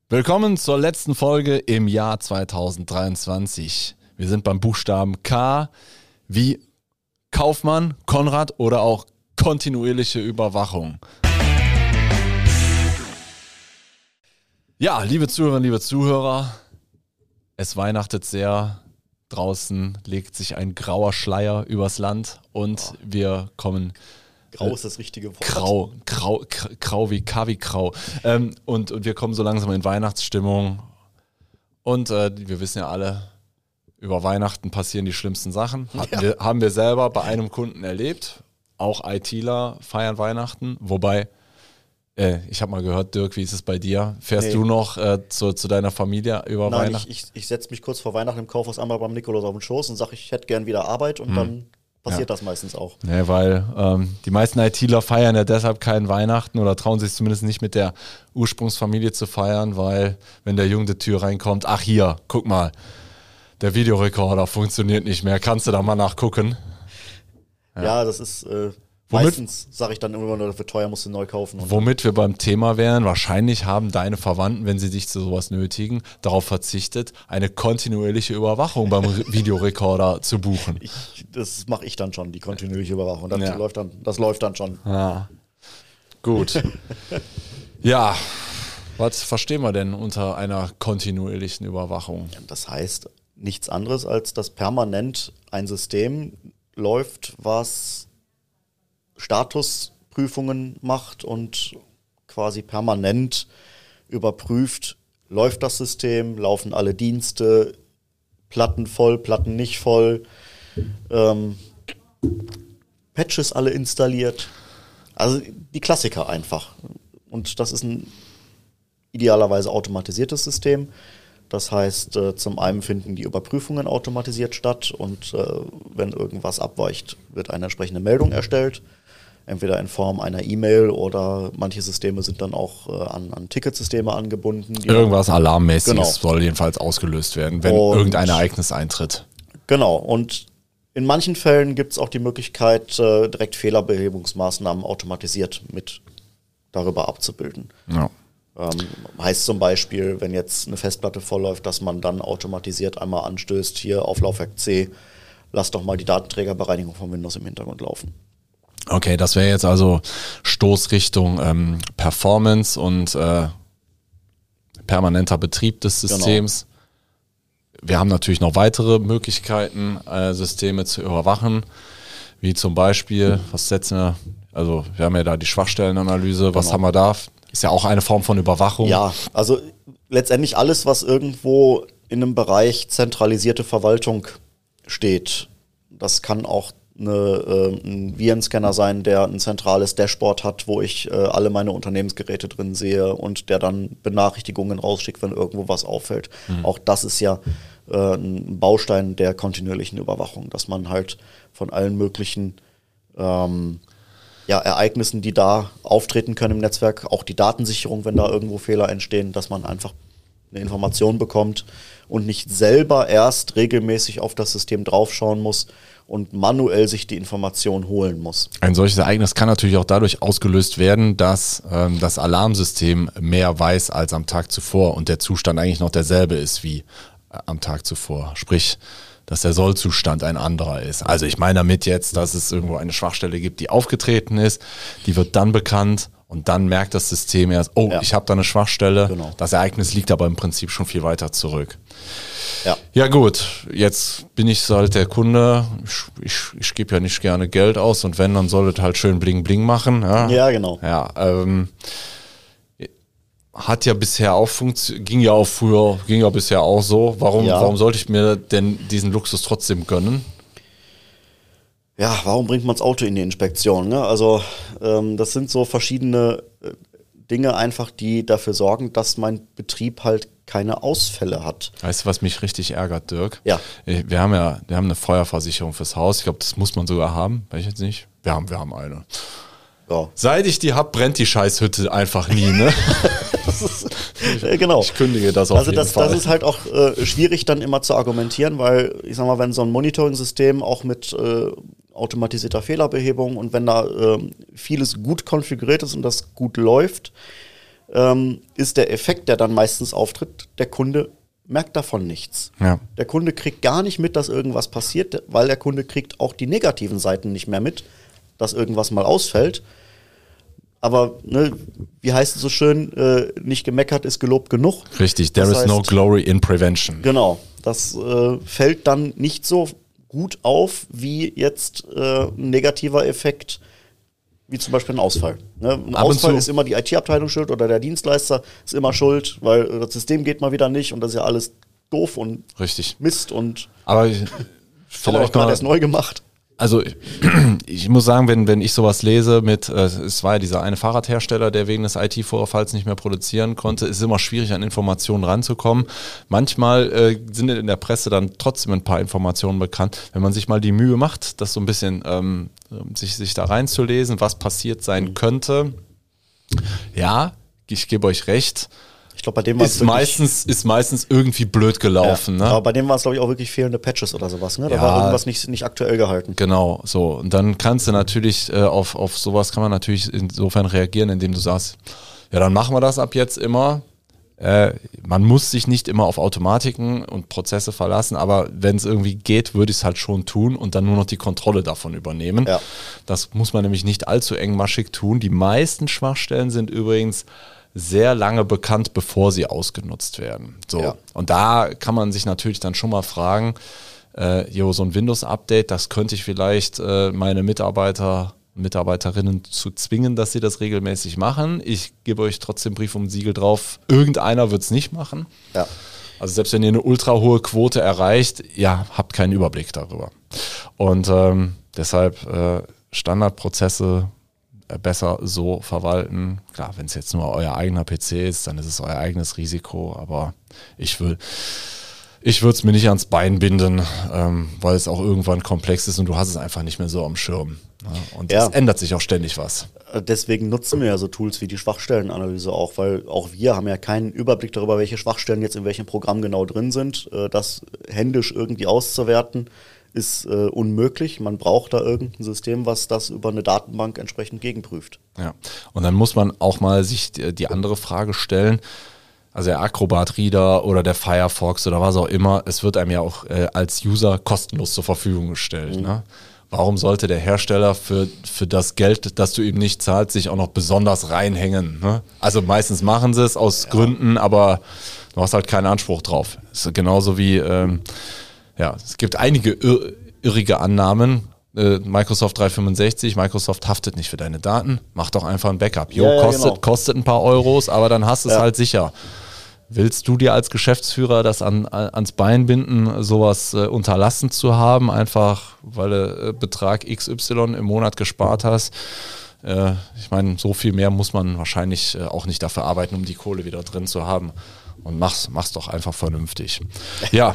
Willkommen zur letzten Folge im Jahr 2023. Wir sind beim Buchstaben K wie Kaufmann, Konrad oder auch kontinuierliche Überwachung. Ja, liebe Zuhörerinnen, liebe Zuhörer, es weihnachtet sehr. Draußen legt sich ein grauer Schleier übers Land und wir kommen... Grau ist das richtige Wort. Grau wie Kavi-Grau. Und wir kommen so langsam in Weihnachtsstimmung. Und wir wissen ja alle, über Weihnachten passieren die schlimmsten Sachen. Haben wir selber bei einem Kunden erlebt. Auch ITler feiern Weihnachten. Wobei, ich habe mal gehört, Dirk, wie ist es bei dir? Fährst du noch zu deiner Familie über Weihnachten? Nein, ich setze mich kurz vor Weihnachten im Kaufhaus einmal beim Nikolaus auf den Schoß und sage, ich hätte gern wieder Arbeit und dann passiert das meistens auch. Ja, weil die meisten ITler feiern ja deshalb keinen Weihnachten oder trauen sich zumindest nicht mit der Ursprungsfamilie zu feiern, weil wenn der Junge die Tür reinkommt, ach hier, guck mal, der Videorekorder funktioniert nicht mehr, kannst du da mal nachgucken? Ja, das ist meistens, sage ich dann immer nur, für teuer musst du neu kaufen. Womit wir beim Thema wären, wahrscheinlich haben deine Verwandten, wenn sie dich zu sowas nötigen, darauf verzichtet, eine kontinuierliche Überwachung beim Videorekorder zu buchen. Das mache ich dann schon, die kontinuierliche Überwachung. Das läuft dann schon. Ja. Gut. Ja, was verstehen wir denn unter einer kontinuierlichen Überwachung? Das heißt nichts anderes, als dass permanent ein System läuft, was Statusprüfungen macht und quasi permanent überprüft, läuft das System, laufen alle Dienste, Platten voll, Platten nicht voll, Patches alle installiert. Also die Klassiker einfach. Und das ist ein idealerweise automatisiertes System. Das heißt, zum einen finden die Überprüfungen automatisiert statt und wenn irgendwas abweicht, wird eine entsprechende Meldung erstellt. Entweder in Form einer E-Mail oder manche Systeme sind dann auch an Ticketsysteme angebunden. Irgendwas Alarmmäßiges soll jedenfalls ausgelöst werden, wenn irgendein Ereignis eintritt. Genau, und in manchen Fällen gibt es auch die Möglichkeit, direkt Fehlerbehebungsmaßnahmen automatisiert mit darüber abzubilden. Ja. Heißt zum Beispiel, wenn jetzt eine Festplatte vollläuft, dass man dann automatisiert einmal anstößt, hier auf Laufwerk C, lass doch mal die Datenträgerbereinigung von Windows im Hintergrund laufen. Okay, das wäre jetzt also Stoßrichtung Performance und permanenter Betrieb des Systems. Genau. Wir haben natürlich noch weitere Möglichkeiten, Systeme zu überwachen, wie zum Beispiel, was setzen wir, also wir haben ja da die Schwachstellenanalyse, was haben wir da? Ist ja auch eine Form von Überwachung. Ja, also letztendlich alles, was irgendwo in einem Bereich zentralisierte Verwaltung steht. Das kann auch ein Virenscanner sein, der ein zentrales Dashboard hat, wo ich alle meine Unternehmensgeräte drin sehe und der dann Benachrichtigungen rausschickt, wenn irgendwo was auffällt. Auch das ist ja ein Baustein der kontinuierlichen Überwachung, dass man halt von allen möglichen Ereignissen, die da auftreten können im Netzwerk, auch die Datensicherung, wenn da irgendwo Fehler entstehen, dass man einfach eine Information bekommt und nicht selber erst regelmäßig auf das System draufschauen muss und manuell sich die Information holen muss. Ein solches Ereignis kann natürlich auch dadurch ausgelöst werden, dass das Alarmsystem mehr weiß als am Tag zuvor und der Zustand eigentlich noch derselbe ist wie am Tag zuvor. Sprich, dass der Sollzustand ein anderer ist. Also ich meine damit jetzt, dass es irgendwo eine Schwachstelle gibt, die aufgetreten ist, die wird dann bekannt und dann merkt das System erst, ich habe da eine Schwachstelle. Genau. Das Ereignis liegt aber im Prinzip schon viel weiter zurück. Ja gut, jetzt bin ich halt der Kunde, ich gebe ja nicht gerne Geld aus und wenn, dann soll es halt schön bling bling machen. Ja genau. Ja, hat ja bisher auch ging ja bisher auch so. Warum sollte ich mir denn diesen Luxus trotzdem gönnen? Ja, warum bringt man das Auto in die Inspektion? Ne? Also das sind so verschiedene Dinge einfach, die dafür sorgen, dass mein Betrieb halt keine Ausfälle hat. Weißt du, was mich richtig ärgert, Dirk? Ja. Wir haben eine Feuerversicherung fürs Haus. Ich glaube, das muss man sogar haben. Weiß ich jetzt nicht. Wir haben eine. Ja. Seit ich die hab, brennt die Scheißhütte einfach nie, ne? Genau. Ich kündige das auf jeden Fall. Das ist halt auch schwierig dann immer zu argumentieren, weil ich sag mal, wenn so ein Monitoring-System auch mit automatisierter Fehlerbehebung und wenn da vieles gut konfiguriert ist und das gut läuft, ist der Effekt, der dann meistens auftritt, der Kunde merkt davon nichts. Ja. Der Kunde kriegt gar nicht mit, dass irgendwas passiert, weil der Kunde kriegt auch die negativen Seiten nicht mehr mit, dass irgendwas mal ausfällt. Aber, ne, wie heißt es so schön, nicht gemeckert ist gelobt genug. Richtig, there is no glory in prevention. Genau, das fällt dann nicht so gut auf, wie jetzt ein negativer Effekt, wie zum Beispiel ein Ausfall. Ne? Ein Ausfall ist immer die IT-Abteilung schuld oder der Dienstleister ist immer schuld, weil das System geht mal wieder nicht und das ist ja alles doof und richtig. Mist und aber vielleicht mal erst neu gemacht. Also ich muss sagen, wenn ich sowas lese mit, es war ja dieser eine Fahrradhersteller, der wegen des IT-Vorfalls nicht mehr produzieren konnte, ist es immer schwierig, an Informationen ranzukommen. Manchmal sind in der Presse dann trotzdem ein paar Informationen bekannt. Wenn man sich mal die Mühe macht, das so ein bisschen sich da reinzulesen, was passiert sein könnte, ja, ich gebe euch recht. Ich glaube, bei dem war es ist meistens irgendwie blöd gelaufen. Ja, ne? Aber bei dem war es, glaube ich, auch wirklich fehlende Patches oder sowas. Ne? Da war irgendwas nicht aktuell gehalten. Genau, so. Und dann kannst du natürlich auf sowas kann man natürlich insofern reagieren, indem du sagst, ja, dann machen wir das ab jetzt immer. Man muss sich nicht immer auf Automatiken und Prozesse verlassen, aber wenn es irgendwie geht, würde ich es halt schon tun und dann nur noch die Kontrolle davon übernehmen. Ja. Das muss man nämlich nicht allzu engmaschig tun. Die meisten Schwachstellen sind übrigens sehr lange bekannt, bevor sie ausgenutzt werden. So. Ja. Und da kann man sich natürlich dann schon mal fragen, so ein Windows-Update, das könnte ich vielleicht meine Mitarbeiterinnen zu zwingen, dass sie das regelmäßig machen. Ich gebe euch trotzdem Brief und Siegel drauf, irgendeiner wird es nicht machen. Ja. Also selbst wenn ihr eine ultra hohe Quote erreicht, ja, habt keinen Überblick darüber. Und deshalb Standardprozesse besser so verwalten. Klar, wenn es jetzt nur euer eigener PC ist, dann ist es euer eigenes Risiko, aber ich würde es mir nicht ans Bein binden, weil es auch irgendwann komplex ist und du hast es einfach nicht mehr so am Schirm. Ja? Und es ändert sich auch ständig was. Deswegen nutzen wir ja so Tools wie die Schwachstellenanalyse auch, weil auch wir haben ja keinen Überblick darüber, welche Schwachstellen jetzt in welchem Programm genau drin sind. Das händisch irgendwie auszuwerten, ist unmöglich. Man braucht da irgendein System, was das über eine Datenbank entsprechend gegenprüft. Ja, und dann muss man auch mal sich die andere Frage stellen, also der Acrobat Reader oder der Firefox oder was auch immer, es wird einem ja auch als User kostenlos zur Verfügung gestellt. Ne? Warum sollte der Hersteller für das Geld, das du ihm nicht zahlst, sich auch noch besonders reinhängen? Ne? Also meistens machen sie es aus Gründen, aber du hast halt keinen Anspruch drauf. Das ist genauso wie es gibt einige irrige Annahmen. Microsoft 365, Microsoft haftet nicht für deine Daten, mach doch einfach ein Backup. Kostet ein paar Euros, aber dann hast du es halt sicher. Willst du dir als Geschäftsführer das ans Bein binden, sowas unterlassen zu haben, einfach weil du Betrag XY im Monat gespart hast? Ich meine, so viel mehr muss man wahrscheinlich auch nicht dafür arbeiten, um die Kohle wieder drin zu haben. Und mach's doch einfach vernünftig. Ja.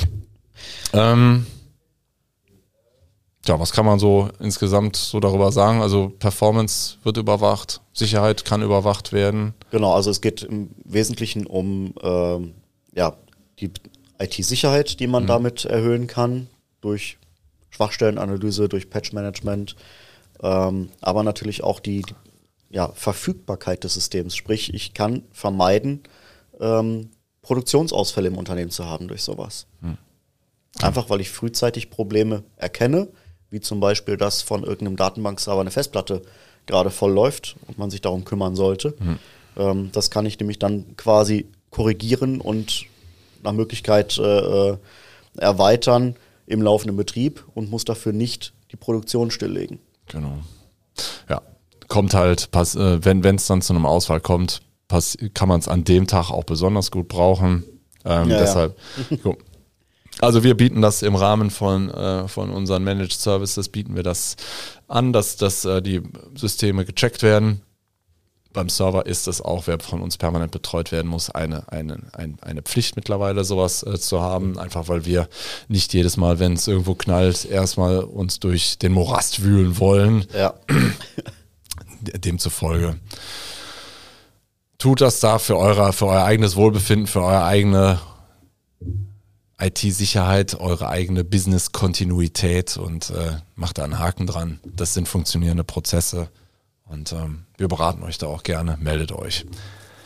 Was kann man so insgesamt so darüber sagen? Also Performance wird überwacht, Sicherheit kann überwacht werden. Genau, also es geht im Wesentlichen um die IT-Sicherheit, die man damit erhöhen kann, durch Schwachstellenanalyse, durch Patch-Management, aber natürlich auch die Verfügbarkeit des Systems. Sprich, ich kann vermeiden, Produktionsausfälle im Unternehmen zu haben durch sowas. Einfach, weil ich frühzeitig Probleme erkenne, wie zum Beispiel, dass von irgendeinem Datenbankserver eine Festplatte gerade voll läuft und man sich darum kümmern sollte. Das kann ich nämlich dann quasi korrigieren und nach Möglichkeit erweitern im laufenden Betrieb und muss dafür nicht die Produktion stilllegen. Genau. Ja, kommt halt, wenn es dann zu einem Ausfall kommt, kann man es an dem Tag auch besonders gut brauchen. Deshalb. Cool. Also wir bieten das im Rahmen von unseren Managed Services, bieten wir das an, dass die Systeme gecheckt werden. Beim Server ist es auch, wer von uns permanent betreut werden muss, eine Pflicht mittlerweile, sowas zu haben. Einfach weil wir nicht jedes Mal, wenn es irgendwo knallt, erstmal uns durch den Morast wühlen wollen. Ja. Demzufolge tut das da für euer eigenes Wohlbefinden, für eure eigene IT-Sicherheit, eure eigene Business-Kontinuität und macht da einen Haken dran. Das sind funktionierende Prozesse und wir beraten euch da auch gerne. Meldet euch.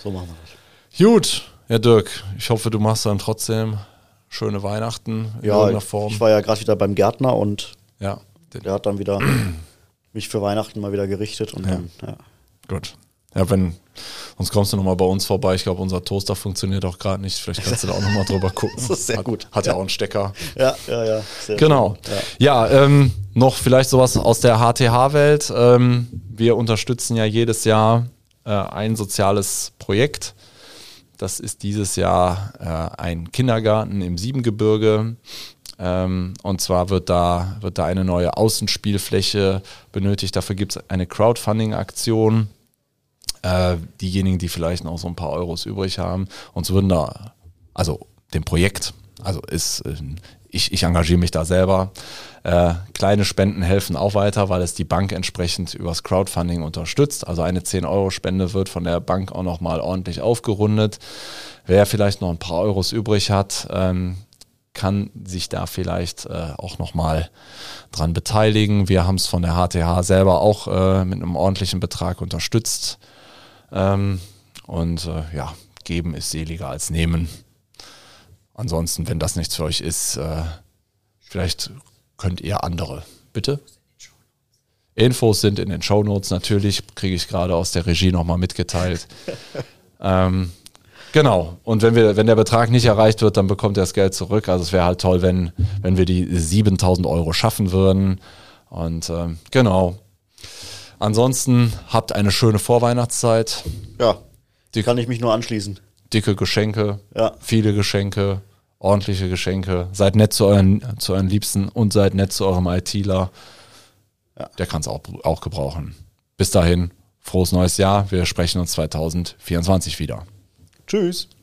So machen wir das. Gut, ja Dirk, ich hoffe, du machst dann trotzdem schöne Weihnachten in irgendeiner Form. Ich war ja gerade wieder beim Gärtner und Ja. der hat dann wieder mich für Weihnachten mal wieder gerichtet und dann, Gut. Ja, sonst kommst du nochmal bei uns vorbei. Ich glaube, unser Toaster funktioniert auch gerade nicht. Vielleicht kannst du da auch nochmal drüber gucken. Das ist sehr gut. Hat ja auch einen Stecker. Ja. Sehr Genau. schön. Ja, noch vielleicht sowas aus der HTH-Welt. Wir unterstützen ja jedes Jahr ein soziales Projekt. Das ist dieses Jahr ein Kindergarten im Siebengebirge. Und zwar wird da eine neue Außenspielfläche benötigt. Dafür gibt es eine Crowdfunding-Aktion. Diejenigen, die vielleicht noch so ein paar Euros übrig haben, uns würden da, also dem Projekt, also ich engagiere mich da selber. Kleine Spenden helfen auch weiter, weil es die Bank entsprechend übers Crowdfunding unterstützt. Also eine 10-Euro-Spende wird von der Bank auch nochmal ordentlich aufgerundet. Wer vielleicht noch ein paar Euros übrig hat, kann sich da vielleicht auch nochmal dran beteiligen. Wir haben es von der HTH selber auch mit einem ordentlichen Betrag unterstützt. Geben ist seliger als nehmen. Ansonsten, wenn das nichts für euch ist, vielleicht könnt ihr andere. Bitte? Infos sind in den Shownotes natürlich, kriege ich gerade aus der Regie nochmal mitgeteilt. Genau, und wenn der Betrag nicht erreicht wird, dann bekommt er das Geld zurück. Also es wäre halt toll, wenn wir die 7.000 Euro schaffen würden. Und genau. Ansonsten habt eine schöne Vorweihnachtszeit. Ja, kann ich mich nur anschließen. Dicke Geschenke, viele Geschenke, ordentliche Geschenke. Seid nett zu euren Liebsten und seid nett zu eurem ITler. Ja. Der kann es auch gebrauchen. Bis dahin, frohes neues Jahr. Wir sprechen uns 2024 wieder. Tschüss.